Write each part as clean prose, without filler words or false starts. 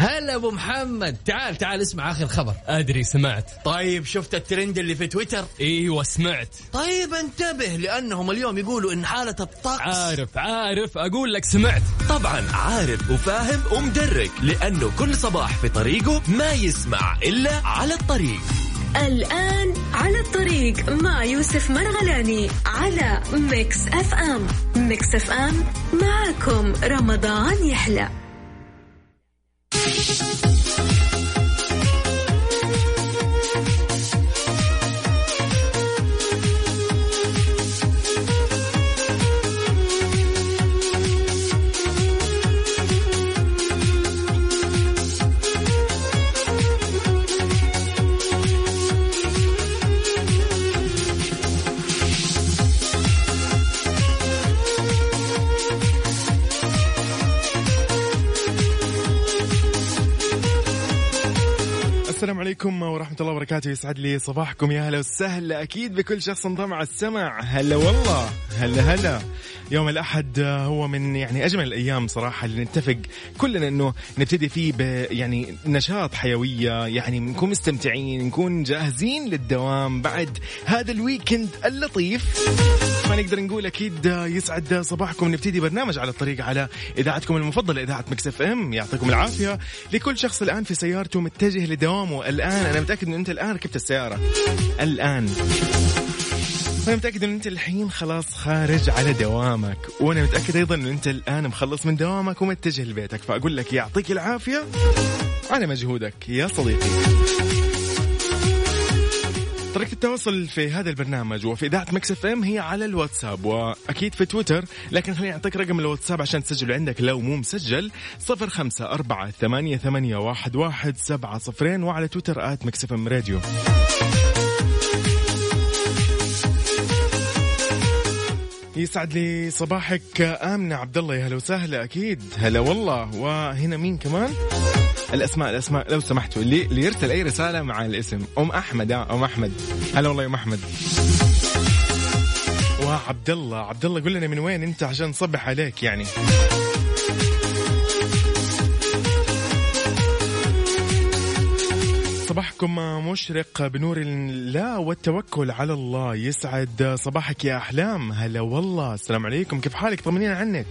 هلا ابو محمد، تعال اسمع اخر خبر. ادري سمعت. طيب شفت الترند اللي في تويتر؟ ايوه سمعت. طيب انتبه لانهم اليوم يقولوا ان حالة الطقس. عارف اقول لك سمعت. طبعا عارف وفاهم ومدرك، لانه كل صباح في طريقه ما يسمع الا على الطريق. الآن على الطريق مع يوسف مرغلاني على ميكس اف ام. ميكس اف ام معكم رمضان يحلى. السلام عليكم ورحمة الله وبركاته. يسعد لي صباحكم، يا هلا وسهلا أكيد بكل شخص انضم على السمع. هلا والله، هلا. يوم الأحد هو من يعني أجمل الأيام صراحة اللي نتفق كلنا إنه نبتدي فيه يعني نشاط، حيوية، يعني نكون مستمتعين، نكون جاهزين للدوام بعد هذا الويكند اللطيف. ما نقدر نقول أكيد يسعد صباحكم. نبتدي برنامج على الطريق على إذاعتكم المفضلة، إذاعة ميكس اف ام. يعطيكم العافية لكل شخص الآن في سيارته متجه لدوامه. الآن أنا متأكد إن أنت الآن ركبت السيارة الآن، أنا متأكد إن أنت الحين خلاص خارج على دوامك، وأنا متأكد أيضا إن أنت الآن مخلص من دوامك ومتجه لبيتك. فأقول لك يعطيك العافية على مجهودك يا صديقي. طريقة التواصل في هذا البرنامج وفي إذاعة ميكس اف ام هي على الواتساب، وأكيد في تويتر، لكن خليني أعطيك رقم الواتساب عشان تسجله عندك لو مو مسجل: 0548811700، وعلى تويتر @ميكس اف ام راديو. يسعد لي صباحك آمنة عبد الله، يا هلا وسهلا. أكيد هلا والله. وهنا مين كمان؟ الأسماء لو سمحتوا، اللي يرسل أي رسالة مع الاسم. أم أحمد. أم أحمد، هلا والله يا أم أحمد. وعبد الله قل لنا من وين أنت عشان نصبح عليك يعني. صباحكم مشرق بنور الله والتوكل على الله. يسعد صباحك يا أحلام، هلا والله. السلام عليكم، كيف حالك؟ طمنينا عنك.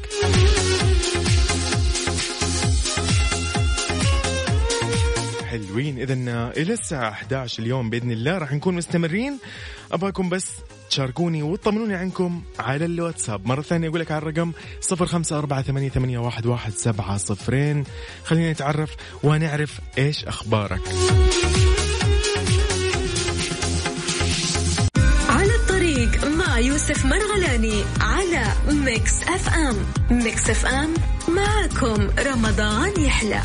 حلوين. إذن إلى الساعة 11 اليوم بإذن الله راح نكون مستمرين. أباكم بس تشاركوني وتطمنوني عنكم على الواتساب. مرة ثانية أقول لك على الرقم 0548811700. خلينا نتعرف ونعرف إيش أخبارك. على الطريق مع يوسف مرغلاني على ميكس اف ام. ميكس اف ام معكم رمضان يحلى.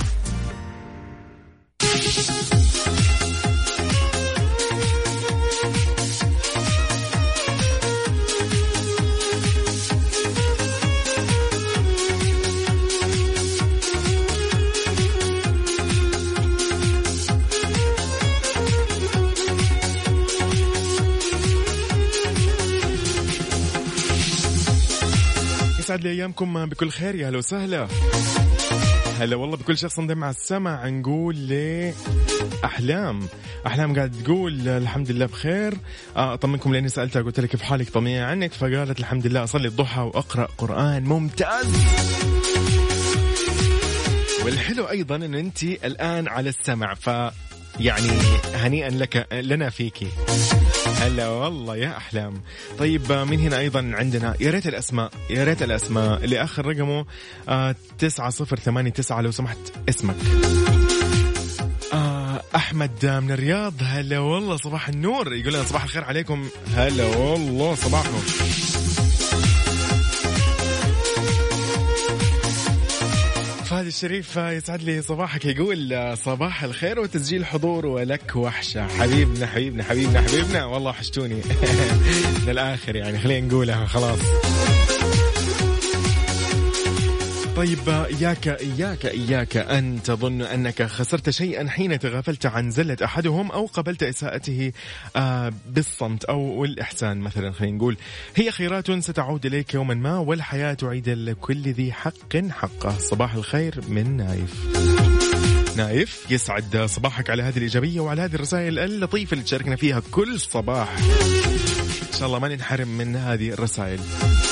يسعد لي أيامكم بكل خير، يا هلا وسهلا. هلا والله بكل شخص انضم مع السمع. نقول لي أحلام قاعد تقول الحمد لله بخير. أطمنكم لأني سألتها قلت لك كيف حالك، طمنيني عنك، فقالت الحمد لله أصلي الضحى وأقرأ قرآن. ممتاز. والحلو أيضا أن أنت الآن على السمع، يعني هنيئا لك لنا فيكي. هلا والله يا أحلام. طيب من هنا أيضا عندنا يا ريت الأسماء اللي آخر رقمه 9089 لو سمحت اسمك. أحمد من الرياض، هلا والله صباح النور. يقول لنا صباح الخير عليكم. هلا والله صباحهم. فهد الشريف يسعد لي صباحك، يقول صباح الخير وتسجيل حضور ولك وحشة. حبيبنا والله وحشتوني. للآخر يعني خلينا نقولها خلاص. طيب إياك أن تظن أنك خسرت شيئا حين تغافلت عن زلة أحدهم أو قبلت إساءته بالصمت أو الإحسان مثلا. خلينا نقول هي خيرات ستعود إليك يوما ما، والحياة تعيد لكل ذي حق حقه. صباح الخير من نايف. نايف يسعد صباحك على هذه الإيجابية وعلى هذه الرسائل اللطيفة اللي تشاركنا فيها كل صباح. إن شاء الله ما ننحرم من هذه الرسائل.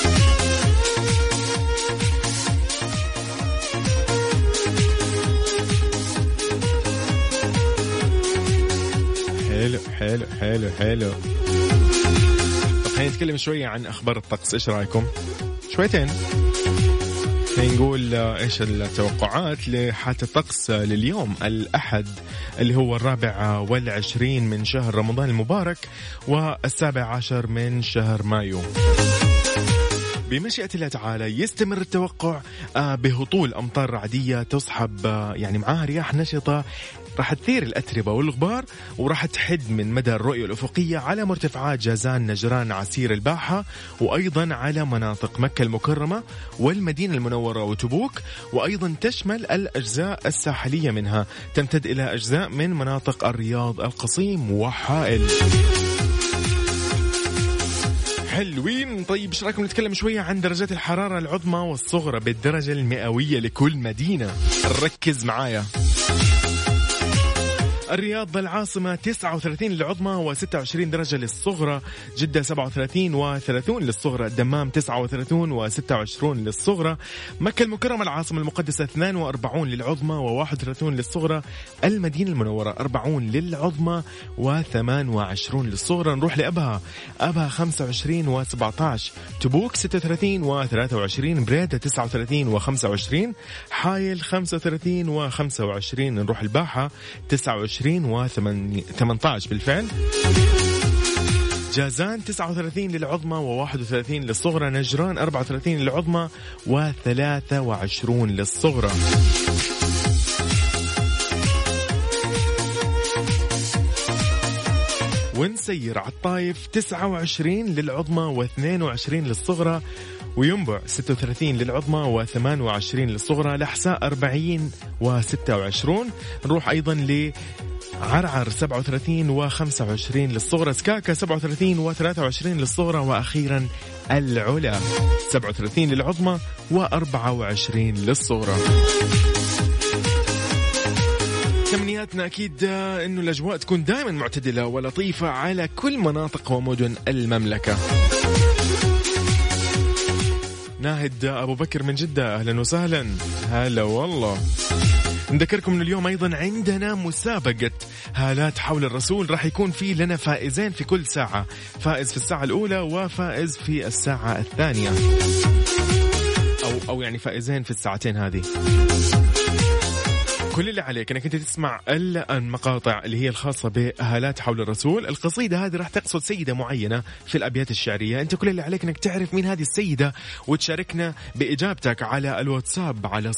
حلو حلو حلو حلو. طب خلينا نتكلم شوية عن أخبار الطقس، إيش رأيكم؟ شويتين نقول إيش التوقعات لحالة الطقس لليوم الأحد اللي هو 24 من شهر رمضان المبارك و17 من شهر مايو. بمشيئة الله تعالى يستمر التوقع بهطول أمطار رعدية تصحب يعني معاها رياح نشطة راح تثير الأتربة والغبار وراح تحد من مدى الرؤية الأفقية على مرتفعات جازان، نجران، عسير، الباحة، وأيضا على مناطق مكة المكرمة والمدينة المنورة وتبوك، وأيضا تشمل الأجزاء الساحلية منها، تمتد إلى أجزاء من مناطق الرياض، القصيم وحائل. حلوين. طيب ايش رايكم نتكلم شوية عن درجات الحرارة العظمى والصغرى بالدرجة المئوية لكل مدينة؟ ركز معايا. الرياض العاصمة 39 للعظمى و26 درجة للصغرى، جدة 37 و30 للصغرى، الدمام 39 و26 للصغرى، مكة المكرمة العاصمة المقدسة 42 للعظمى و31 للصغرى، المدينة المنورة 40 للعظمى و28 للصغرى. نروح لأبها، أبها 25 و17، تبوك 36 و23، بريدة 39 و25، حايل 35 و25. نروح الباحة 29 و18 بالفعل، جازان 39 للعظمى و31 للصغرى، نجران 34 للعظمى و23 للصغرى. ونسير على الطايف 29 للعظمى و22 للصغرى، وينبع 36 للعظمى و28 للصغرى، الأحساء 40 و26. نروح أيضا لعرعر 37 و25 للصغرى، سكاكا 37 و23 للصغرى، وأخيرا العلا 37 للعظمى و24 للصغرى. تمنياتنا أكيد أنه الأجواء تكون دائما معتدلة ولطيفة على كل مناطق ومدن المملكة. ناهد أبو بكر من جدة، أهلا وسهلا. هلا والله. نذكركم أن اليوم أيضا عندنا مسابقة هالات حول الرسول، راح يكون في لنا فائزين في كل ساعة، فائز في الساعة الأولى وفائز في الساعة الثانية، أو يعني فائزين في الساعتين هذه. كل اللي عليك انك انت تسمع المقاطع اللي هي الخاصة بهالات حول الرسول. القصيدة هذه راح تقصد سيدة معينة في الأبيات الشعرية، انت كل اللي عليك انك تعرف مين هذه السيدة وتشاركنا بإجابتك على الواتساب على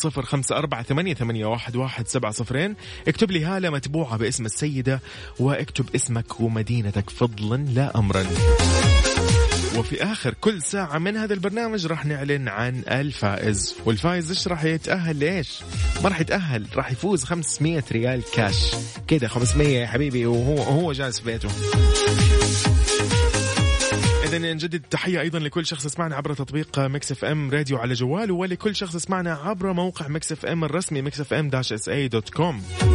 0548811700. اكتب لي هالة متبوعة باسم السيدة واكتب اسمك ومدينتك فضلا لا أمرا. وفي آخر كل ساعة من هذا البرنامج راح نعلن عن الفائز، والفائز إيش راح يتأهل لإيش؟ ما راح يتأهل، راح يفوز 500 ريال كاش كده، 500 يا حبيبي وهو جالس في بيته. إذن نجدد تحية أيضا لكل شخص اسمعنا عبر تطبيق ميكس اف ام راديو على جواله، ولكل شخص اسمعنا عبر موقع ميكس اف ام الرسمي mixfm-sa.com.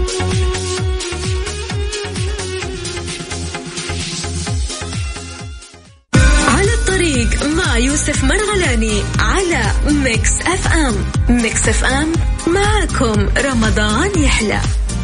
مع يوسف مرغلاني على ميكس اف ام. ميكس اف ام معكم رمضان يحلى.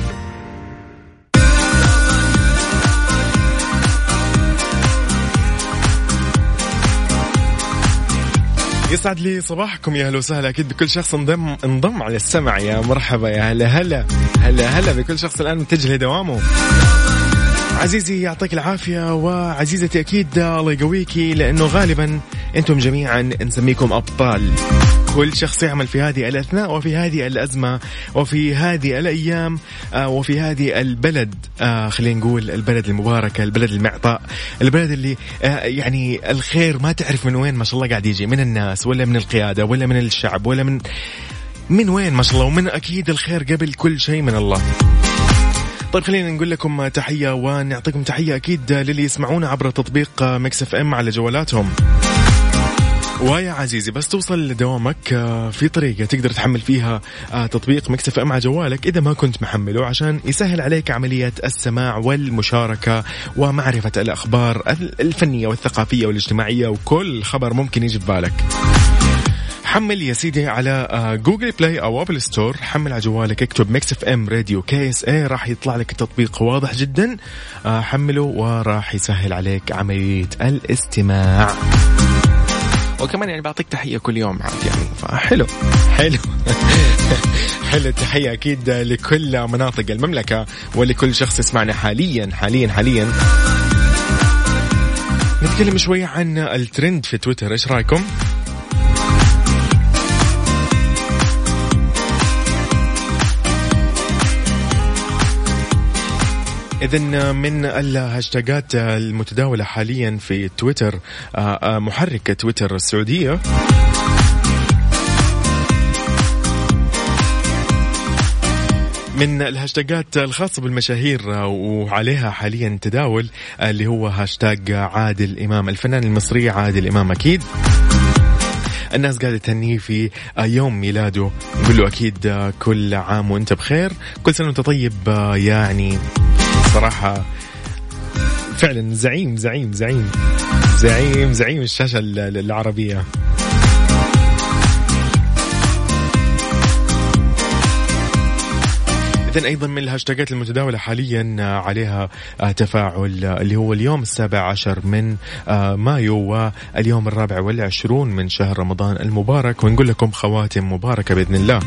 يسعد لي صباحكم، يا هلا وسهلا أكيد بكل شخص انضم على السمع. يا مرحبا، يا هلا هلا هلا هلا بكل شخص الآن متجه لدوامه. عزيزي يعطيك العافية، وعزيزتي أكيد الله يقويكي، لأنه غالبا أنتم جميعا نسميكم أبطال. كل شخص يعمل في هذه الأثناء وفي هذه الأزمة وفي هذه الأيام وفي هذه البلد، خلينا نقول البلد المباركة، البلد المعطاء، البلد اللي يعني الخير ما تعرف من وين ما شاء الله قاعد يجي، من الناس ولا من القيادة ولا من الشعب ولا من وين ما شاء الله، ومن أكيد الخير قبل كل شيء من الله. طيب خلينا نقول لكم تحية ونعطيكم تحية أكيد للي يسمعونا عبر تطبيق ميكس اف ام على جوالاتهم. ويا عزيزي بس توصل لدوامك في طريقة تقدر تحمل فيها تطبيق مكس اف ام على جوالك إذا ما كنت محمله، عشان يسهل عليك عملية السماع والمشاركة ومعرفة الأخبار الفنية والثقافية والاجتماعية وكل خبر ممكن يجي في بالك. حمل يا سيدي على جوجل بلاي أو أبل ستور، حمل على جوالك، اكتب ميكس اف ام راديو KSA، راح يطلع لك التطبيق واضح جدا. حمله وراح يسهل عليك عملية الاستماع. وكمان يعني بعطيك تحية كل يوم عاد يعني، فحلو حلو حلو. التحية أكيد لكل مناطق المملكة ولكل شخص يسمعنا حاليا. نتكلم شوية عن الترند في تويتر، إيش رأيكم؟ إذن من الهاشتاجات المتداولة حاليا في تويتر محرك تويتر السعودية من الهاشتاجات الخاصة بالمشاهير وعليها حاليا تداول اللي هو هاشتاج عادل إمام، الفنان المصري عادل إمام. أكيد الناس قاعدة تهنيه في يوم ميلاده، نقول له أكيد كل عام وانت بخير، كل سنة وانت طيب. يعني صراحة فعلا زعيم الشاشة العربية. إذن أيضا من الهاشتاجات المتداولة حاليا عليها تفاعل اللي هو اليوم 17 من مايو واليوم 24 من شهر رمضان المبارك، ونقول لكم خواتم مباركة بإذن الله.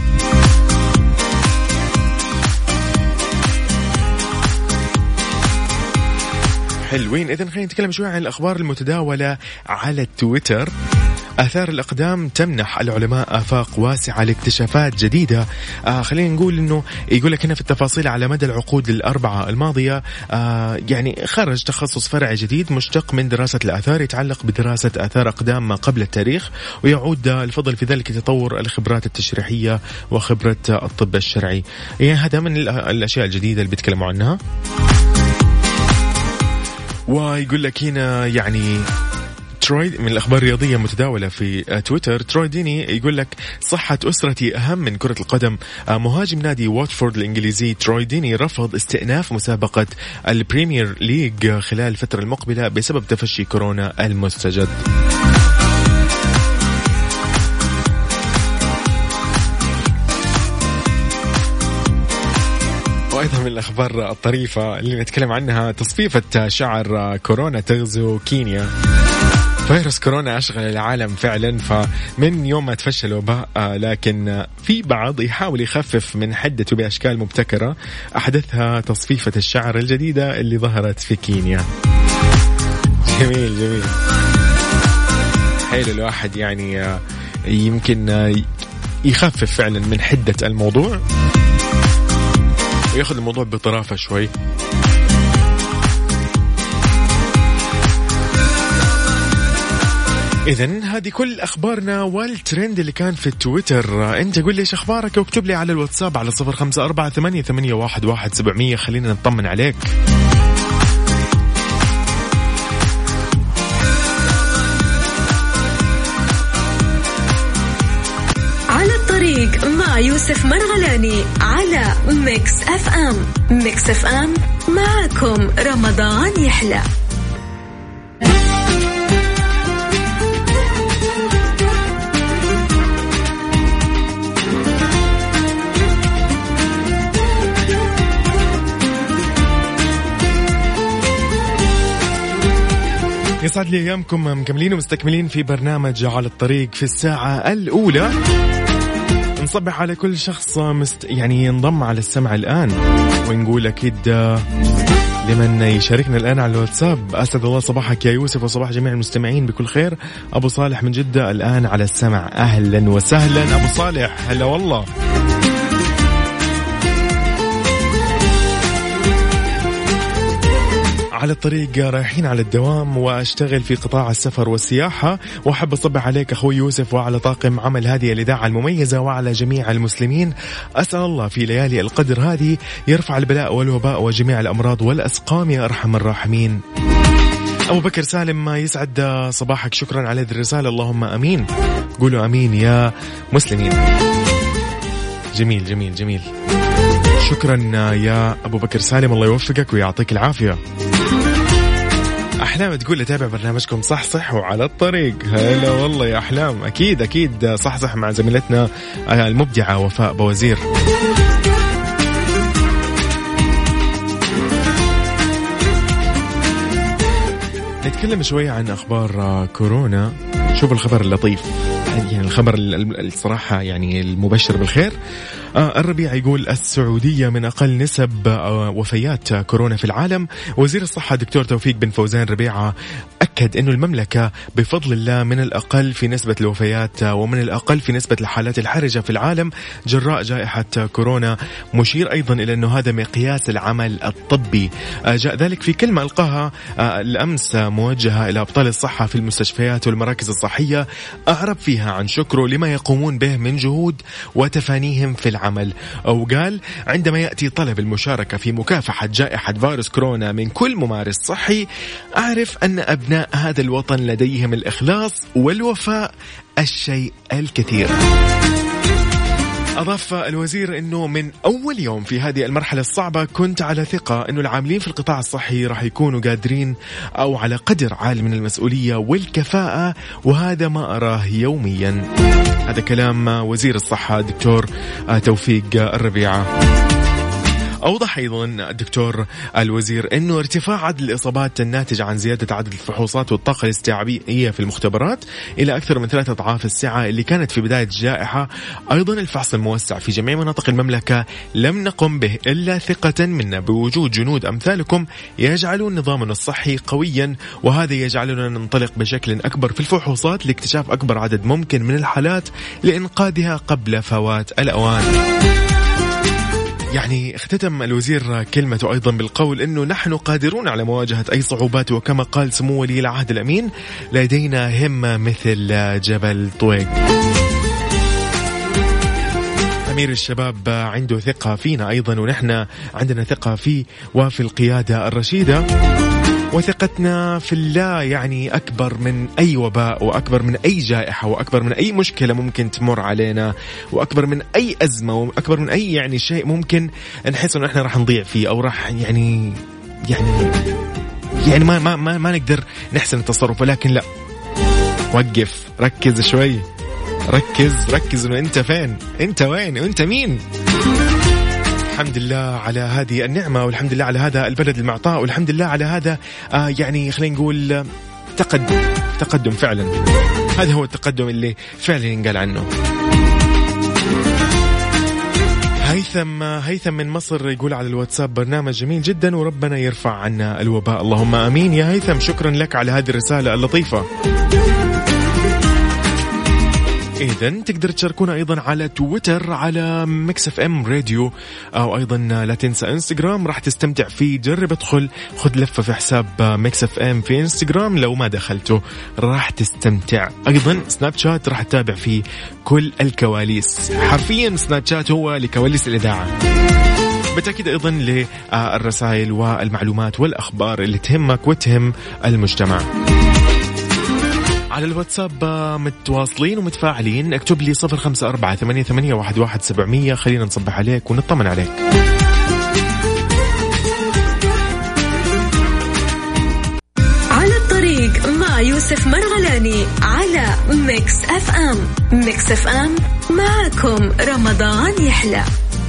حلوين. إذن خلينا نتكلم شوي عن الأخبار المتداولة على تويتر. آثار الأقدام تمنح العلماء آفاق واسعة لاكتشافات جديدة. خلينا نقول إنه يقول لك هنا في التفاصيل على مدى العقود الأربعة الماضية يعني خرج تخصص فرعي جديد مشتق من دراسة الآثار يتعلق بدراسة آثار أقدام ما قبل التاريخ، ويعود الفضل في ذلك تطور الخبرات التشريحية وخبرة الطب الشرعي. يعني هذا من الأشياء الجديدة اللي بيتكلموا عنها. ويقول لك هنا يعني تروي من الأخبار الرياضية متداولة في تويتر، تروي ديني يقول لك صحة أسرتي أهم من كرة القدم. مهاجم نادي واتفورد الإنجليزي تروي ديني رفض استئناف مسابقة البريمير ليج خلال الفترة المقبلة بسبب تفشي كورونا المستجد. وأيضا من الأخبار الطريفة اللي نتكلم عنها تصفيفة شعر كورونا تغزو كينيا. فيروس كورونا أشغل العالم فعلا، فمن يوم ما تفشى الوباء لكن في بعض يحاول يخفف من حدته بأشكال مبتكرة، أحدثها تصفيفة الشعر الجديدة اللي ظهرت في كينيا. جميل حلو. الواحد يعني يمكن يخفف فعلا من حدة الموضوع ويأخذ الموضوع بطرافة شوي. إذن هذه كل أخبارنا والترند اللي كان في تويتر. أنت قول لي إيش أخبارك واكتب لي على الواتساب على 0548811700. خلينا نطمن عليك. على الطريق مع يوسف مرغلاني على ميكس اف ام. ميكس اف ام معكم رمضان يحلى. يسعد لي أيامكم، مكملين ومستكملين في برنامج على الطريق في الساعة الأولى. نصبح على كل شخص يعني ينضم على السمع الآن، ونقول أكيد لمن يشاركنا الآن على الواتساب أسعد الله صباحك يا يوسف وصباح جميع المستمعين بكل خير. أبو صالح من جدة الآن على السمع، أهلا وسهلا أبو صالح، هلا والله. على الطريق رايحين على الدوام واشتغل في قطاع السفر والسياحة، وأحب أصبح عليك أخوي يوسف وعلى طاقم عمل هذه الإذاعة المميزة وعلى جميع المسلمين. أسأل الله في ليالي القدر هذه يرفع البلاء والوباء وجميع الأمراض والأسقام يا أرحم الراحمين. أبو بكر سالم يسعد صباحك، شكرا على هذه الرسالة، اللهم أمين. قولوا أمين يا مسلمين. جميل جميل جميل، شكرا يا أبو بكر سالم، الله يوفقك ويعطيك العافية. أحلام تقول أتابع برنامجكم صح صح وعلى الطريق. هلا والله يا أحلام، أكيد أكيد صح صح مع زميلتنا المبدعة وفاء بوزير. نتكلم شوية عن أخبار كورونا. شوف الخبر اللطيف، يعني الخبر الصراحة يعني المبشر بالخير. الربيع يقول السعودية من أقل نسب وفيات كورونا في العالم. وزير الصحة دكتور توفيق بن فوزان ربيعة أكد أنه المملكة بفضل الله من الأقل في نسبة الوفيات ومن الأقل في نسبة الحالات الحرجة في العالم جراء جائحة كورونا، مشير أيضا إلى أنه هذا مقياس العمل الطبي. جاء ذلك في كلمة ألقاها الأمس موجهة إلى أبطال الصحة في المستشفيات والمراكز الصحية، أعرب فيها عن شكره لما يقومون به من جهود وتفانيهم في العمل. وقال عندما يأتي طلب المشاركة في مكافحة جائحة فيروس كورونا من كل ممارس صحي، أعرف أن أبناء هذا الوطن لديهم الإخلاص والوفاء الشيء الكثير. أضاف الوزير أنه من أول يوم في هذه المرحلة الصعبة كنت على ثقة أنه العاملين في القطاع الصحي راح يكونوا قادرين أو على قدر عال من المسؤولية والكفاءة، وهذا ما أراه يوميا. هذا كلام وزير الصحة دكتور توفيق الربيعة. أوضح أيضا الدكتور الوزير أنه ارتفاع عدد الإصابات الناتج عن زيادة عدد الفحوصات والطاقة الاستيعابية في المختبرات إلى أكثر من 3 أضعاف السعة اللي كانت في بداية الجائحة. أيضا الفحص الموسع في جميع مناطق المملكة لم نقم به إلا ثقة منا بوجود جنود أمثالكم يجعلون نظامنا الصحي قويا، وهذا يجعلنا ننطلق بشكل أكبر في الفحوصات لاكتشاف أكبر عدد ممكن من الحالات لإنقاذها قبل فوات الأوان. يعني اختتم الوزير كلمته أيضا بالقول أنه نحن قادرون على مواجهة أي صعوبات، وكما قال سمو ولي العهد الأمين لدينا همة مثل جبل طويق. أمير الشباب عنده ثقة فينا أيضا، ونحن عندنا ثقة فيه وفي القيادة الرشيدة، وثقتنا في الله يعني أكبر من أي وباء وأكبر من أي جائحة وأكبر من أي مشكلة ممكن تمر علينا وأكبر من أي أزمة وأكبر من أي يعني شيء ممكن نحس إنه إحنا راح نضيع فيه أو راح يعني ما نقدر نحسن التصرف. ولكن لا، وقف، ركز شوي، ركز إنه أنت فين، أنت وين، وأنت مين. الحمد لله على هذه النعمة، والحمد لله على هذا البلد المعطاء، والحمد لله على هذا يعني خلينا نقول تقدم فعلا. هذا هو التقدم اللي فعلا ينقال عنه. هيثم من مصر يقول على الواتساب برنامج جميل جدا وربنا يرفع عنا الوباء، اللهم آمين. يا هيثم شكرا لك على هذه الرسالة اللطيفة. إذن تقدر تشاركونا أيضا على تويتر على ميكس اف ام راديو، أو أيضا لا تنسى انستغرام، راح تستمتع فيه. جرب ادخل خذ لفة في حساب ميكس اف ام في انستغرام، لو ما دخلته راح تستمتع. أيضا سناب شات راح تتابع فيه كل الكواليس، حرفيا سناب شات هو لكواليس الإذاعة. بالتأكيد أيضا للرسائل والمعلومات والأخبار اللي تهمك وتهم المجتمع. على الواتساب متواصلين ومتفاعلين، اكتب لي 0548811700. خلينا نصبح عليك ونطمن عليك. على الطريق مع يوسف مرغلاني على ميكس اف ام. ميكس اف ام معكم رمضان يحلى.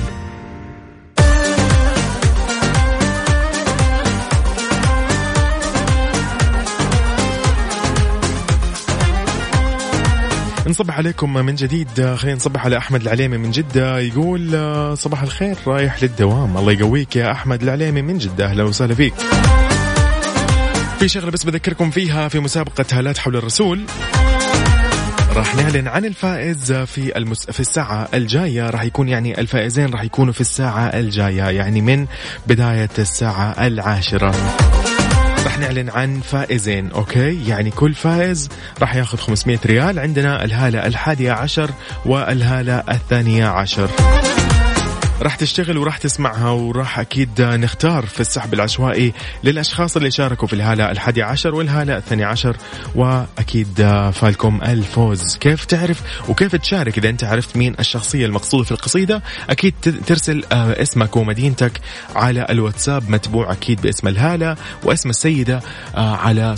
نصبح عليكم من جديد. خلينا نصبح على أحمد العليمي من جدة، يقول صباح الخير، رايح للدوام. الله يقويك يا أحمد العليمي من جدة، أهلا وسهلا فيك. في شغلة بس بذكركم فيها، في مسابقة هالات حول الرسول راح نعلن عن الفائز في الساعة الجاية. راح يكون يعني الفائزين راح يكونوا في الساعة الجاية، يعني من بداية الساعة 10 راح نعلن عن فائزين. أوكي، يعني كل فائز راح ياخذ 500 ريال. عندنا الهالة 11 والهالة 12. راح تشتغل وراح تسمعها، وراح أكيد نختار في السحب العشوائي للأشخاص اللي شاركوا في الهالة 11 والهالة 12، وأكيد فالكم الفوز. كيف تعرف وكيف تشارك؟ إذا أنت عرفت مين الشخصية المقصودة في القصيدة أكيد ترسل اسمك ومدينتك على الواتساب متبوع أكيد باسم الهالة واسم السيدة على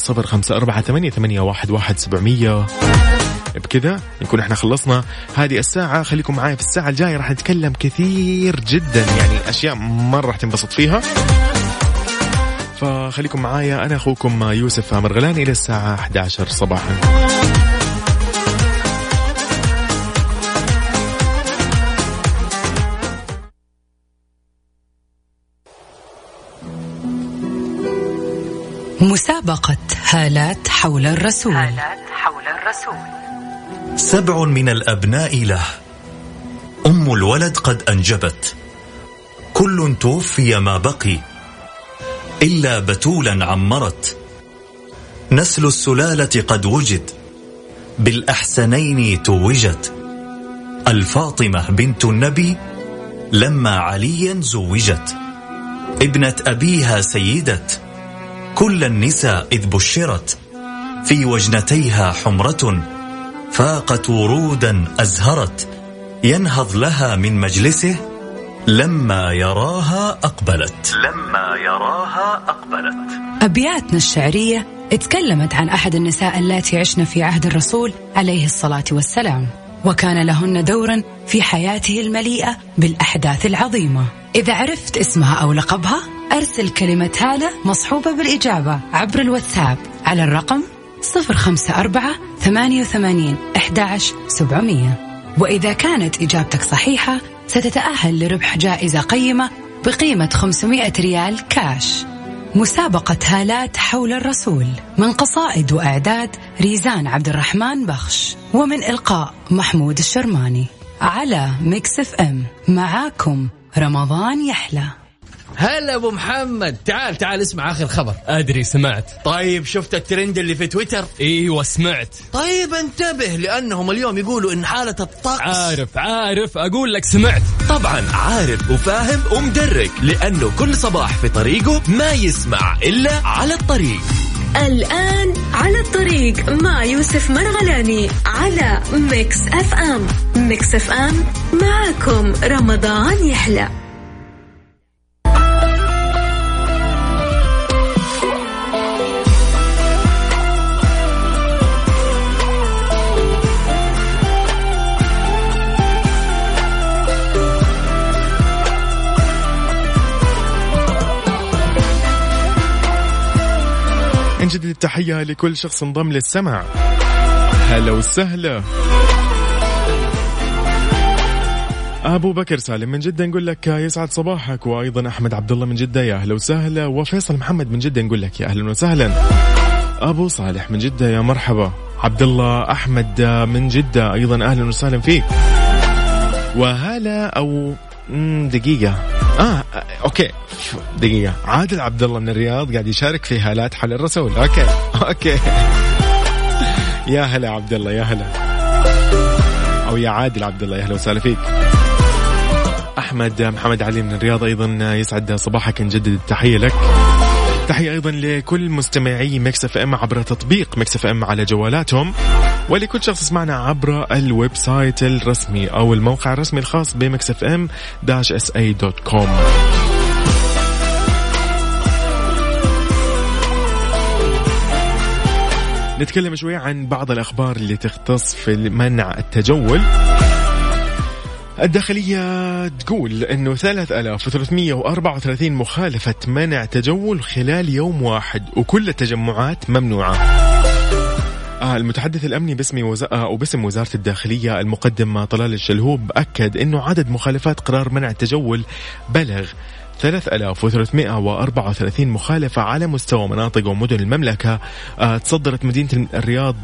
0548811700. بكذا نكون احنا خلصنا هذه الساعة. خليكم معايا في الساعة الجاية، راح نتكلم كثير جدا، يعني أشياء مرة راح تنبسط فيها، فخليكم معايا. أنا أخوكم يوسف مرغلاني إلى الساعة 11 صباحا. مسابقة هالات حول الرسول. 7 من الأبناء له، أم الولد قد أنجبت، كل توفي ما بقي إلا بتولا عمرت، نسل السلالة قد وجد، بالأحسنين توجت، الفاطمة بنت النبي لما عليا زوجت، ابنة أبيها سيدت، كل النساء إذ بشرت، في وجنتيها حمرة فاقت ورودا أزهرت، ينهض لها من مجلسه لما يراها أقبلت. أبياتنا الشعرية اتكلمت عن أحد النساء اللاتي عشن في عهد الرسول عليه الصلاة والسلام، وكان لهن دورا في حياته المليئة بالأحداث العظيمة. إذا عرفت اسمها أو لقبها أرسل كلمة هالة مصحوبة بالإجابة عبر الواتساب على الرقم 054-88-11-700. وإذا كانت إجابتك صحيحة ستتأهل لربح جائزة قيمة بقيمة 500 ريال كاش. مسابقة هالات حول الرسول من قصائد وإعداد ريزان عبد الرحمن بخش، ومن إلقاء محمود الشرماني على ميكس اف ام. معاكم رمضان يحلى. هلا ابو محمد، تعال اسمع اخر خبر. ادري سمعت. طيب شفت الترند اللي في تويتر؟ ايوه سمعت. طيب انتبه لانهم اليوم يقولوا ان حالة الطقس. عارف اقول لك سمعت. طبعا عارف وفاهم ومدرك، لانه كل صباح في طريقه ما يسمع الا على الطريق. الآن على الطريق مع يوسف مرغلاني على ميكس اف ام. ميكس اف ام معكم رمضان يحلى. نجدد التحية لكل شخص انضم للسمع. هلا وسهلا. أبو بكر سالم من جدة نقول لك يسعد صباحك، وأيضا أحمد عبد الله من جدة يا أهلا وسهلا، وفيصل محمد من جدة نقول لك يا أهلا وسهلا. أبو صالح من جدة يا مرحبا. عبد الله أحمد من جدة أيضا أهلا وسهلا فيك. وهلا أو دقيقة أوكي دقيقة، عادل عبد الله من الرياض قاعد يشارك في هالات حول الرسول. أوكي يا هلا عبد الله، يا هلا، أو يا عادل عبد الله، يا هلا وسهلا فيك. أحمد محمد علي من الرياض أيضا يسعد صباحك، نجدد التحية لك. تحية أيضا لكل مستمعي ميكس اف ام عبر تطبيق ميكس اف ام على جوالاتهم، ولكل شخص يسمعنا عبر الويب سايت الرسمي أو الموقع الرسمي الخاص بميكس اف ام -sa.com. نتكلم شوي عن بعض الأخبار اللي تختص في منع التجول. الداخلية تقول أنه 3334 مخالفة منع تجول خلال يوم واحد، وكل التجمعات ممنوعة. المتحدث الأمني باسم وزارة الداخلية المقدم طلال الشلهوب أكد أنه عدد مخالفات قرار منع التجول بلغ 3334 مخالفة على مستوى مناطق ومدن المملكة. تصدرت مدينة الرياض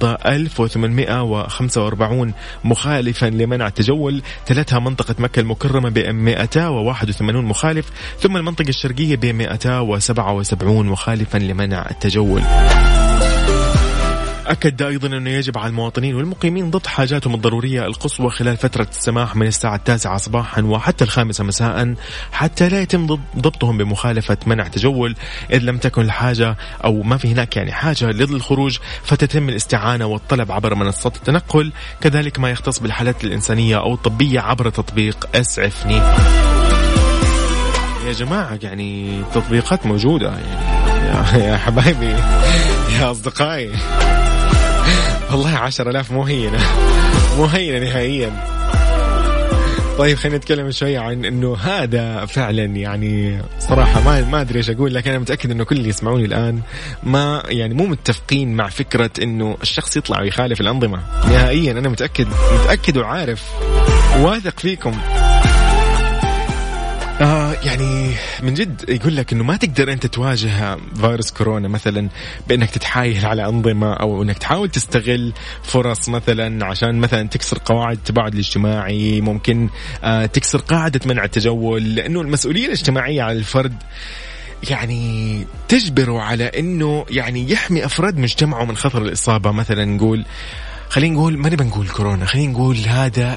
1845 مخالفا لمنع التجول، تلتها منطقة مكة المكرمة ب181 مخالف، ثم المنطقة الشرقية ب177 مخالفا لمنع التجول. أكد أيضا أنه يجب على المواطنين والمقيمين ضبط حاجاتهم الضرورية القصوى خلال فترة السماح من الساعة 9 صباحا وحتى 5 مساء حتى لا يتم ضبطهم بمخالفة منع تجول إذ لم تكن الحاجة أو ما في هناك يعني حاجة للخروج فتتم الاستعانة والطلب عبر منصات التنقل، كذلك ما يختص بالحالات الإنسانية أو الطبية عبر تطبيق أسعفني. يا جماعة يعني التطبيقات موجودة يعني يا حبايبي يا أصدقائي، والله 10,000 مو هينة نهائيا. طيب خلينا نتكلم شوية عن إنه هذا فعلا يعني صراحة ما أدري إيش أقول، لكن أنا متأكد إنه كل اللي يسمعوني الآن ما يعني مو متفقين مع فكرة إنه الشخص يطلع ويخالف الأنظمة نهائيا. أنا متأكد وعارف واثق فيكم. يعني من جد يقول لك إنه ما تقدر أنت تواجه فيروس كورونا مثلا بأنك تتحايل على أنظمة أو أنك تحاول تستغل فرص مثلا عشان مثلا تكسر قواعد التباعد الاجتماعي، ممكن تكسر قاعدة منع التجول، لأنه المسؤولية الاجتماعية على الفرد يعني تجبره على أنه يعني يحمي أفراد مجتمعه من خطر الإصابة. مثلا خلينا نقول ما نبي نقول كورونا، خلينا نقول هذا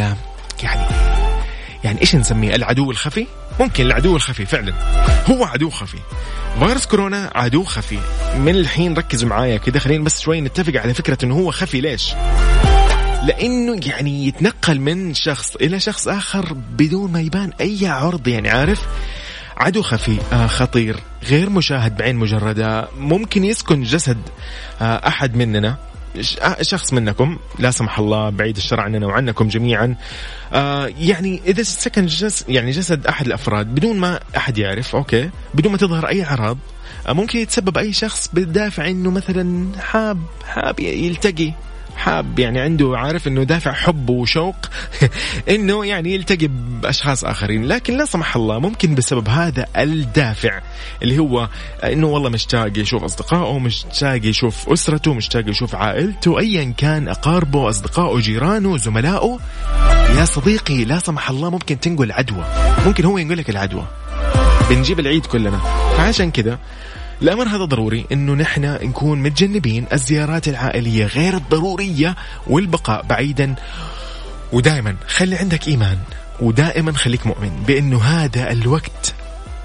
يعني إيش نسميه، العدو الخفي. ممكن العدو الخفي فعلا هو عدو خفي، فيروس كورونا عدو خفي. من الحين ركزوا معايا كده، خلينا بس شوي نتفق على فكرة إنه هو خفي. ليش؟ لأنه يعني يتنقل من شخص إلى شخص آخر بدون ما يبان أي عرض، يعني عارف، عدو خفي خطير غير مشاهد بعين مجردة، ممكن يسكن جسد أحد مننا، شخص منكم لا سمح الله بعيد الشر عننا وعنكم جميعا. يعني إذا سكن جسد أحد الأفراد بدون ما أحد يعرف، أوكي، بدون ما تظهر أي أعراض، ممكن يتسبب أي شخص بالدافع إنه مثلا حاب يلتقي، حاب يعني عنده عارف إنه دافع حب وشوق إنه يعني يلتقي بأشخاص آخرين، لكن لا سمح الله ممكن بسبب هذا الدافع اللي هو إنه والله مشتاق يشوف أصدقائه، مشتاق يشوف أسرته، مشتاق يشوف عائلته، أيا كان أقاربه، أصدقائه، جيرانه، زملائه، يا صديقي لا سمح الله ممكن تنقل عدوى، ممكن هو ينقل لك العدوى، بنجيب العيد كلنا. فعشان كده الأمر هذا ضروري إنه نحن نكون متجنبين الزيارات العائلية غير الضرورية والبقاء بعيدا، ودائما خلي عندك إيمان، ودائما خليك مؤمن بأنه هذا الوقت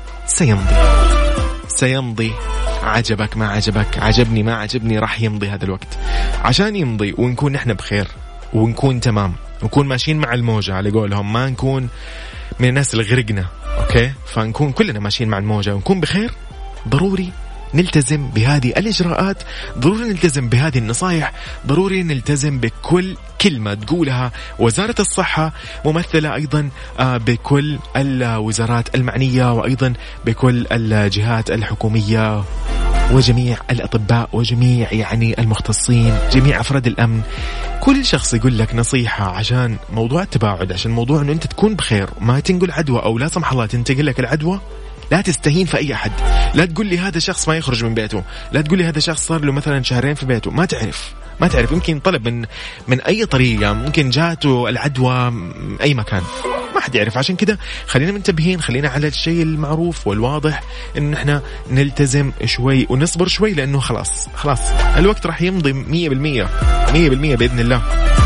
سيمضي. عجبك ما عجبك، عجبني ما عجبني، راح يمضي هذا الوقت. عشان يمضي ونكون نحن بخير ونكون تمام ونكون ماشيين مع الموجة على قولهم، ما نكون من الناس اللي غرقنا، أوكي، فنكون كلنا ماشيين مع الموجة ونكون بخير، ضروري نلتزم بهذه الإجراءات، ضروري نلتزم بهذه النصائح، ضروري نلتزم بكل كلمة تقولها وزارة الصحة، ممثلة أيضا بكل الوزارات المعنية، وأيضا بكل الجهات الحكومية وجميع الأطباء وجميع يعني المختصين، جميع أفراد الأمن. كل شخص يقول لك نصيحة عشان موضوع التباعد، عشان موضوع أنه أنت تكون بخير وما تنقل عدوى، أو لا سمح الله تنتقل لك العدوى. لا تستهين في أي أحد، لا تقول لي هذا شخص ما يخرج من بيته، لا تقول لي هذا شخص صار له مثلا 2 شهرين في بيته، ما تعرف يمكن طلب من أي طريقة، ممكن جاته العدوى أي مكان، ما حد يعرف. عشان كده خلينا منتبهين، خلينا على الشيء المعروف والواضح، إن إحنا نلتزم شوي ونصبر شوي، لأنه خلاص الوقت راح يمضي 100% بإذن الله.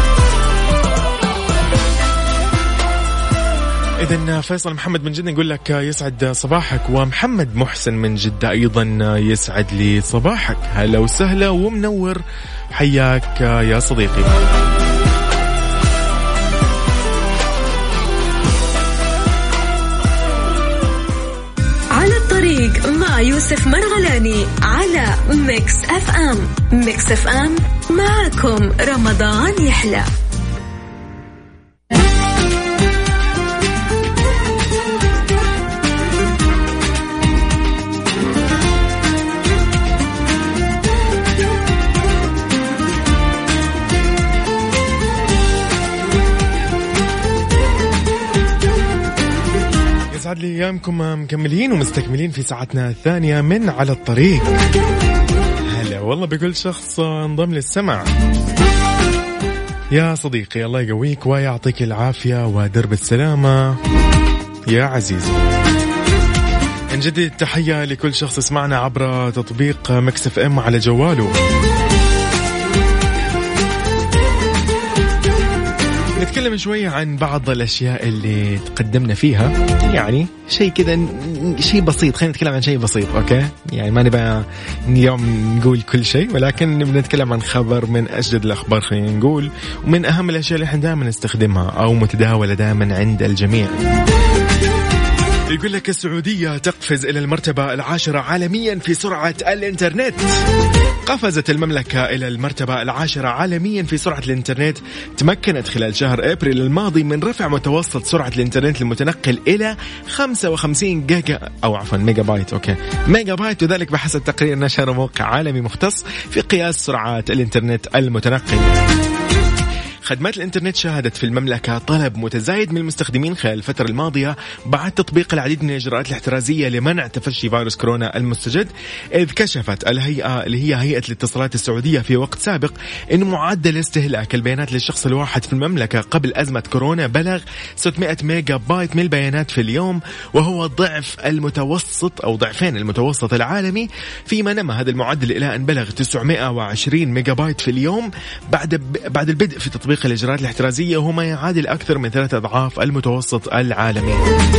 إذن فيصل محمد من جدة يقول لك يسعد صباحك، ومحمد محسن من جدة أيضا يسعد لي صباحك، هلا وسهلا ومنور، حياك يا صديقي. على الطريق مع يوسف مرغلاني على ميكس اف ام. ميكس اف ام معكم رمضان يحلى. يسعد لي أيامكم، مكملين ومستكملين في ساعتنا الثانية من على الطريق. هلا والله بكل شخص انضم للسمع. يا صديقي الله يقويك ويعطيك العافية ودرب السلامة يا عزيزي. نجدد التحية لكل شخص يسمعنا عبر تطبيق ميكس اف ام على جواله. نتكلم شوية عن بعض الأشياء اللي تقدمنا فيها، يعني شيء كذا، شيء بسيط. خلينا نتكلم عن شيء بسيط، أوكي؟ يعني ما نبغى اليوم نقول كل شيء، ولكن بنتكلم عن خبر من أجدد الأخبار خلينا نقول، ومن أهم الأشياء اللي احنا دائما نستخدمها أو متداولة دائما عند الجميع. يقول لك السعودية تقفز إلى المرتبة 10 عالميا في سرعة الإنترنت. قفزت المملكة إلى المرتبة 10 عالميا في سرعة الإنترنت. تمكنت خلال شهر أبريل الماضي من رفع متوسط سرعة الإنترنت المتنقل إلى 55 ميجا بايت، ميجا بايت، وذلك بحسب تقرير نشر موقع عالمي مختص في قياس سرعات الإنترنت المتنقل. خدمات الإنترنت شهدت في المملكة طلب متزايد من المستخدمين خلال الفترة الماضية بعد تطبيق العديد من الإجراءات الاحترازية لمنع تفشي فيروس كورونا المستجد. إذ كشفت الهيئة اللي هي هيئة الاتصالات السعودية في وقت سابق إن معدل استهلاك البيانات للشخص الواحد في المملكة قبل أزمة كورونا بلغ 600 ميجا بايت من البيانات في اليوم، وهو ضعف المتوسط أو ضعفين المتوسط العالمي، فيما نما هذا المعدل إلى أن بلغ 920 ميجا بايت في اليوم بعد البدء في تطبيق الإجراءات الاحترازية، وما يعادل أكثر من 3 أضعاف المتوسط العالمي.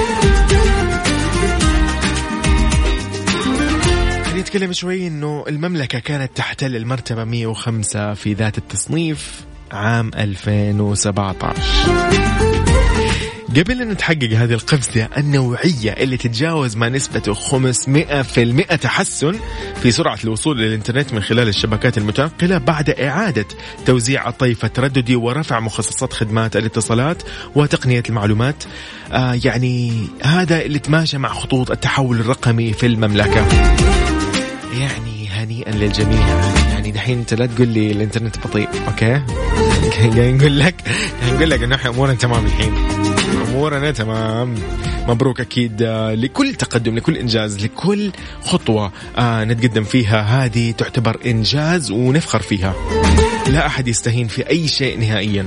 نتكلم شوي إنه المملكة كانت تحتل المرتبة 105 في ذات التصنيف عام 2017. قبل أن نتحقق هذه القفزة النوعية اللي تتجاوز ما نسبته 500% تحسن في سرعة الوصول للإنترنت من خلال الشبكات المتنقلة بعد إعادة توزيع الطيف الترددي ورفع مخصصات خدمات الاتصالات وتقنية المعلومات، يعني هذا اللي تماشى مع خطوط التحول الرقمي في المملكة. يعني هنيئا للجميع. يعني دحين انت لا تقول لي الانترنت بطيء، اوكي؟ نقول لك انه احنا امورنا تمام الحين، امورنا تمام. مبروك اكيد لكل تقدم، لكل انجاز، لكل خطوة نتقدم فيها. هذه تعتبر انجاز ونفخر فيها، لا احد يستهين في اي شيء نهائيا.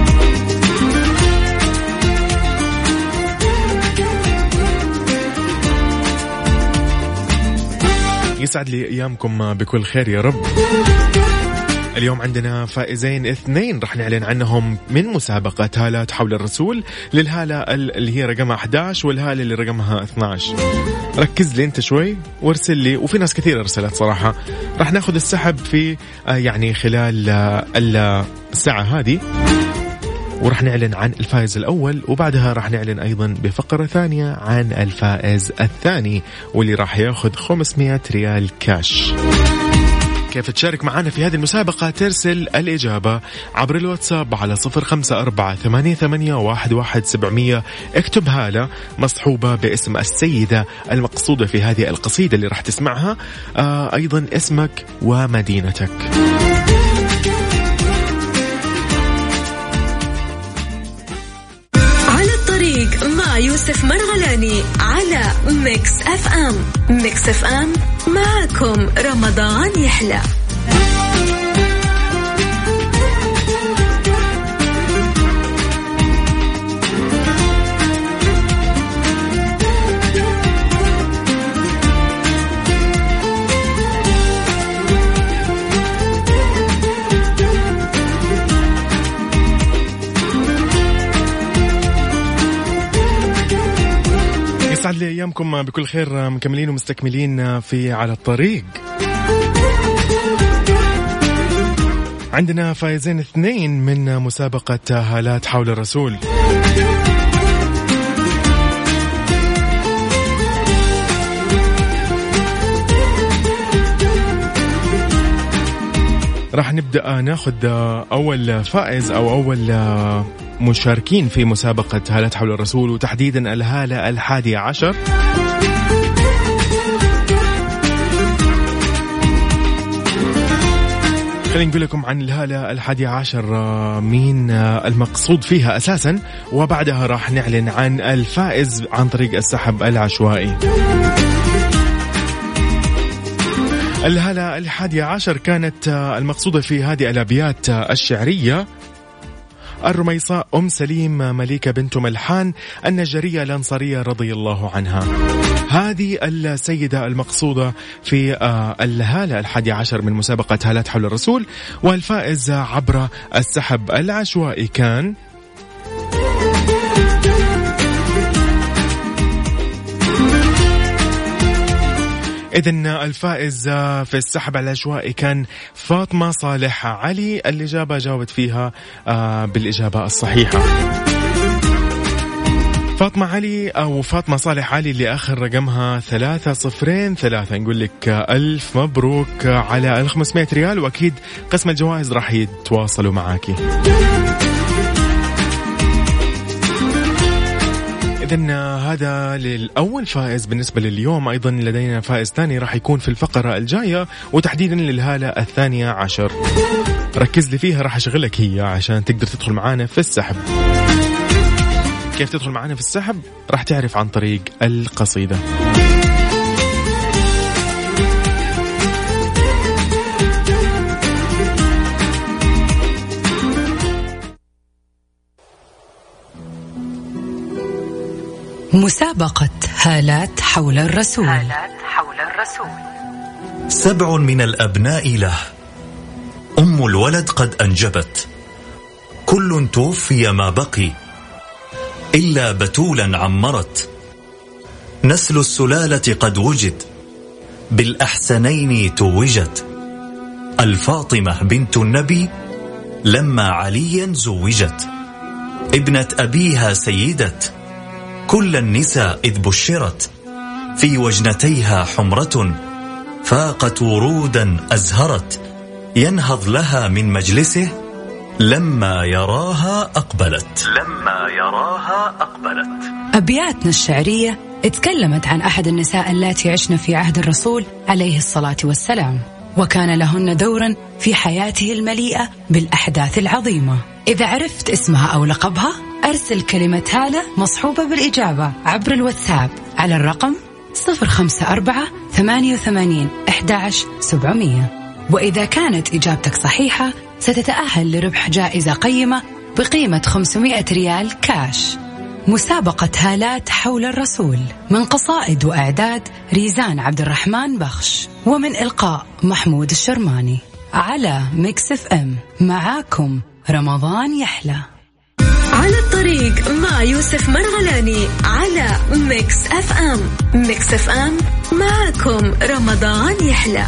يسعد لي أيامكم بكل خير يا رب. اليوم عندنا فائزين 2 رح نعلن عنهم من مسابقة هالات حول الرسول، للهالة اللي هي رقمها 11 والهالة اللي رقمها 12. ركز لي انت شوي وارسل لي، وفي ناس كثير ارسلت صراحة. رح ناخذ السحب في يعني خلال الساعة هذه، ورح نعلن عن الفائز الأول، وبعدها رح نعلن أيضا بفقرة ثانية عن الفائز الثاني واللي رح ياخذ 500 ريال كاش. كيف تشارك معنا في هذه المسابقة؟ ترسل الإجابة عبر الواتساب على 0548811700. اكتب هالة مصحوبة باسم السيدة المقصودة في هذه القصيدة اللي رح تسمعها، أيضا اسمك ومدينتك. مع يوسف مرغلاني على ميكس اف ام. ميكس اف ام معكم رمضان يحلى. يسعد لي أيامكم بكل خير، مكملين ومستكملين في على الطريق. عندنا فائزين 2 من مسابقة هالات حول الرسول. راح نبدأ ناخد أول فائز أو أول مشاركين في مسابقة هالات حول الرسول، وتحديدا الهالة 11. خلينا نقول لكم عن الهالة 11 مين المقصود فيها أساسا، وبعدها راح نعلن عن الفائز عن طريق السحب العشوائي. الهالة 11 كانت المقصودة في هذه الأبيات الشعرية: الرميصاء أم سليم مليكة بنت ملحان النجرية الأنصارية رضي الله عنها. هذه السيدة المقصودة في الهالة 11 من مسابقة هالات حول الرسول، والفائز عبر السحب العشوائي كان إذن الفائز في السحب العشوائي كان فاطمة صالح علي. الإجابة جاوبت فيها بالإجابة الصحيحة. فاطمة علي أو فاطمة صالح علي اللي آخر رقمها 303. نقول لك ألف مبروك على 500 ريال، وأكيد قسم الجوائز راح يتواصلوا معاكي. إذن هذا للأول فائز بالنسبة لليوم. أيضا لدينا فائز ثاني راح يكون في الفقرة الجاية، وتحديدا للهالة 12. ركز لي فيها، راح أشغلك هي عشان تقدر تدخل معانا في السحب. كيف تدخل معانا في السحب؟ راح تعرف عن طريق القصيدة. مسابقة هالات حول الرسول. 7 من الأبناء له، أم الولد قد أنجبت، كل توفي ما بقي إلا بتولا عمرت، نسل السلالة قد وجد، بالأحسنين توجت، الفاطمة بنت النبي لما عليا زوجت، ابنة أبيها سيدة، كل النساء إذ بشرت، في وجنتيها حمرة فاقت ورودا أزهرت، ينهض لها من مجلسه لما يراها أقبلت. أبياتنا الشعرية اتكلمت عن أحد النساء اللاتي عشن في عهد الرسول عليه الصلاة والسلام، وكان لهن دورا في حياته المليئة بالأحداث العظيمة. إذا عرفت اسمها أو لقبها أرسل كلمة هالة مصحوبة بالإجابة عبر الواتساب على الرقم 054-88-11-700. وإذا كانت إجابتك صحيحة ستتأهل لربح جائزة قيمة بقيمة 500 ريال كاش. مسابقة هالات حول الرسول من قصائد وإعداد ريزان عبد الرحمن بخش، ومن إلقاء محمود الشرماني على ميكس اف ام. معاكم رمضان يحلى. على الطريق مع يوسف مرغلاني على ميكس اف ام. ميكس اف ام معاكم رمضان يحلى.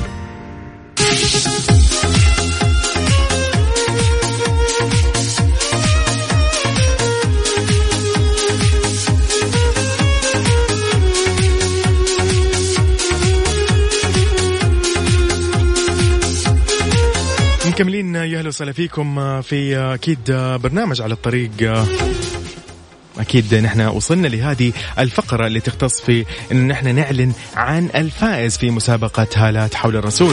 مكملين يا أهلا وسهلا فيكم في أكيد برنامج على الطريق. أكيد نحن وصلنا لهذه الفقرة اللي تختص في إن نحن نعلن عن الفائز في مسابقة هالات حول الرسول.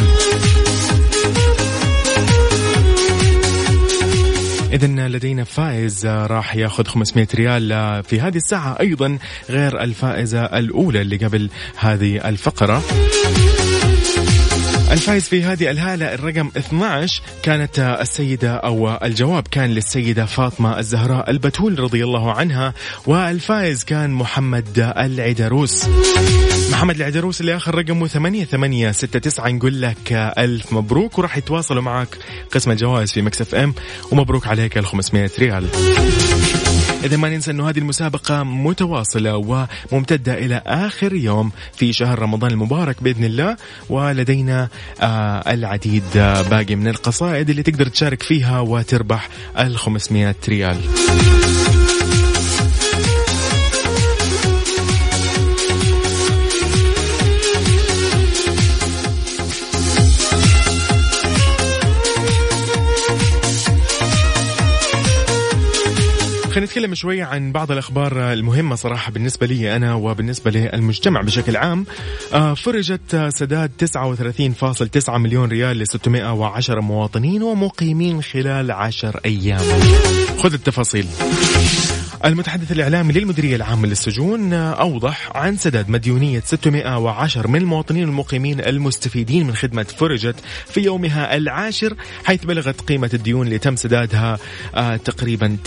إذن لدينا فائز راح ياخذ 500 ريال في هذه الساعة، أيضا غير الفائزة الأولى اللي قبل هذه الفقرة. الفائز في هذه الهالة الرقم 12 كانت السيدة، أو الجواب كان للسيدة فاطمة الزهراء البتول رضي الله عنها، والفائز كان محمد العدروس. محمد العدروس اللي آخر رقمه 8869. نقول لك ألف مبروك، وراح يتواصلوا معك قسم الجوائز في ميكس اف ام، ومبروك عليك 500 ريال. إذا ما ننسى أنه هذه المسابقة متواصلة وممتدة إلى آخر يوم في شهر رمضان المبارك بإذن الله، ولدينا العديد باقي من القصائد اللي تقدر تشارك فيها وتربح 500 ريال. خلينا نتكلم شوية عن بعض الأخبار المهمة صراحة بالنسبة لي أنا وبالنسبة للمجتمع بشكل عام. فرجت سداد 39.9 مليون ريال ل 610 مواطنين ومقيمين خلال 10 أيام. خذ التفاصيل. المتحدث الإعلامي للمديرية العامة للسجون أوضح عن سداد مديونية 610 من المواطنين المقيمين المستفيدين من خدمة فرجت في يومها 10، حيث بلغت قيمة الديون اللي تم سدادها تقريبا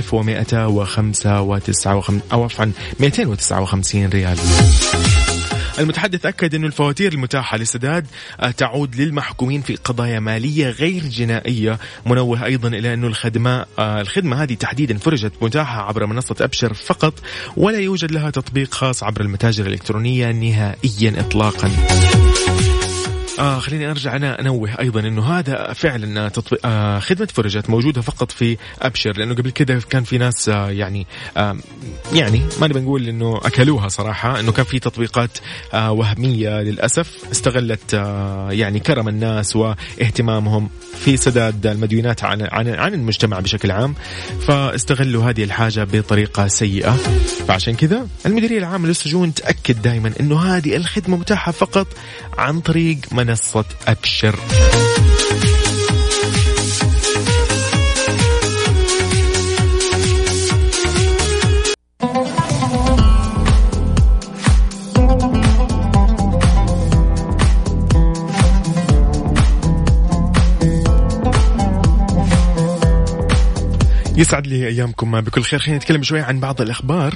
39,926,259 ريال. المتحدث أكد أن الفواتير المتاحة للسداد تعود للمحكومين في قضايا مالية غير جنائية. منوه أيضا إلى أن الخدمة هذه تحديدا فرجت متاحة عبر منصة أبشر فقط، ولا يوجد لها تطبيق خاص عبر المتاجر الإلكترونية نهائيا إطلاقا. خليني أرجع أنا أنوه أيضا أنه هذا فعلا خدمة فرجت موجودة فقط في أبشر، لأنه قبل كده كان في ناس يعني ما نبي نقول أنه أكلوها صراحة، أنه كان في تطبيقات وهمية للأسف استغلت يعني كرم الناس واهتمامهم في سداد المديونات عن المجتمع بشكل عام، فاستغلوا هذه الحاجة بطريقة سيئة. فعشان كذا المديرية العامة للسجون تأكد دائما أنه هذه الخدمة متاحة فقط عن طريق منصة أبشر. يسعد لي أيامكم بكل خير. خلينا نتكلم شوي عن بعض الأخبار.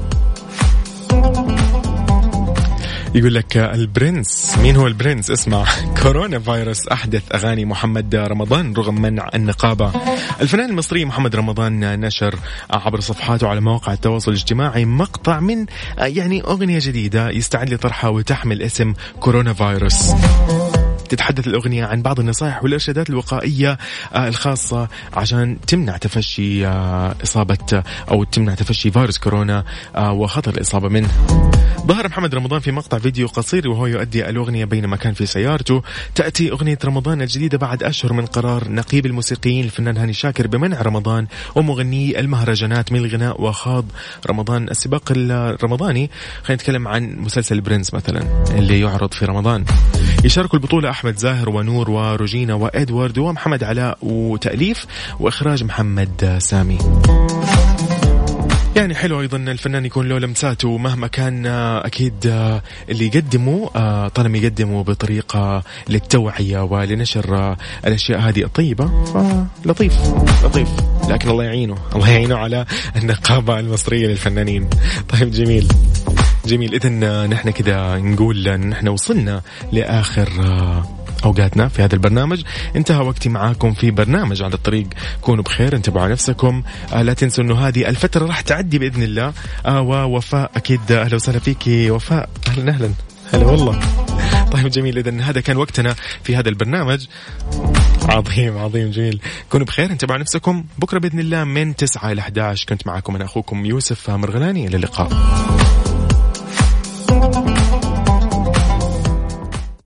يقول لك البرنس، مين هو البرنس؟ اسمع، كورونا فيروس أحدث أغاني محمد رمضان رغم منع النقابة. الفنان المصري محمد رمضان نشر عبر صفحاته على مواقع التواصل الاجتماعي مقطع من أغنية جديدة يستعد لطرحها وتحمل اسم كورونا فيروس. تتحدث الأغنية عن بعض النصائح والإرشادات الوقائية الخاصة عشان تمنع تفشي إصابة أو تمنع تفشي فيروس كورونا وخطر الإصابة منه. ظهر محمد رمضان في مقطع فيديو قصير وهو يؤدي الأغنية بينما كان في سيارته. تأتي أغنية رمضان الجديدة بعد أشهر من قرار نقيب الموسيقيين الفنان هاني شاكر بمنع رمضان ومغني المهرجانات من الغناء، وخاض رمضان السباق الرمضاني. خلينا نتكلم عن مسلسل برنس مثلا اللي يعرض في رمضان. يشارك البطولة أحمد زاهر ونور وروجينا وإدوارد ومحمد علاء، وتأليف وإخراج محمد سامي. يعني حلو أيضا الفنان يكون له لمساته مهما كان. أكيد اللي يقدمه طالما يقدمه بطريقة للتوعية ولنشر الأشياء هذه الطيبة فلطيف لطيف، لكن الله يعينه على النقابة المصرية للفنانين. طيب جميل. إذن نحن كده نقول أن نحن وصلنا لآخر أوقاتنا في هذا البرنامج. انتهى وقتي معاكم في برنامج على الطريق. كونوا بخير، انتبهوا على نفسكم، لا تنسوا أنه هذه الفترة راح تعدي بإذن الله. ووفاء أكيد أهلا وسهلا فيكي وفاء. أهلا هلا والله. طيب جميل. إذن هذا كان وقتنا في هذا البرنامج. عظيم جميل. كونوا بخير، انتبهوا على نفسكم. بكرة بإذن الله من 9 إلى 11 كنت معاكم أنا أخوكم يوسف مرغلاني. إلى اللقاء.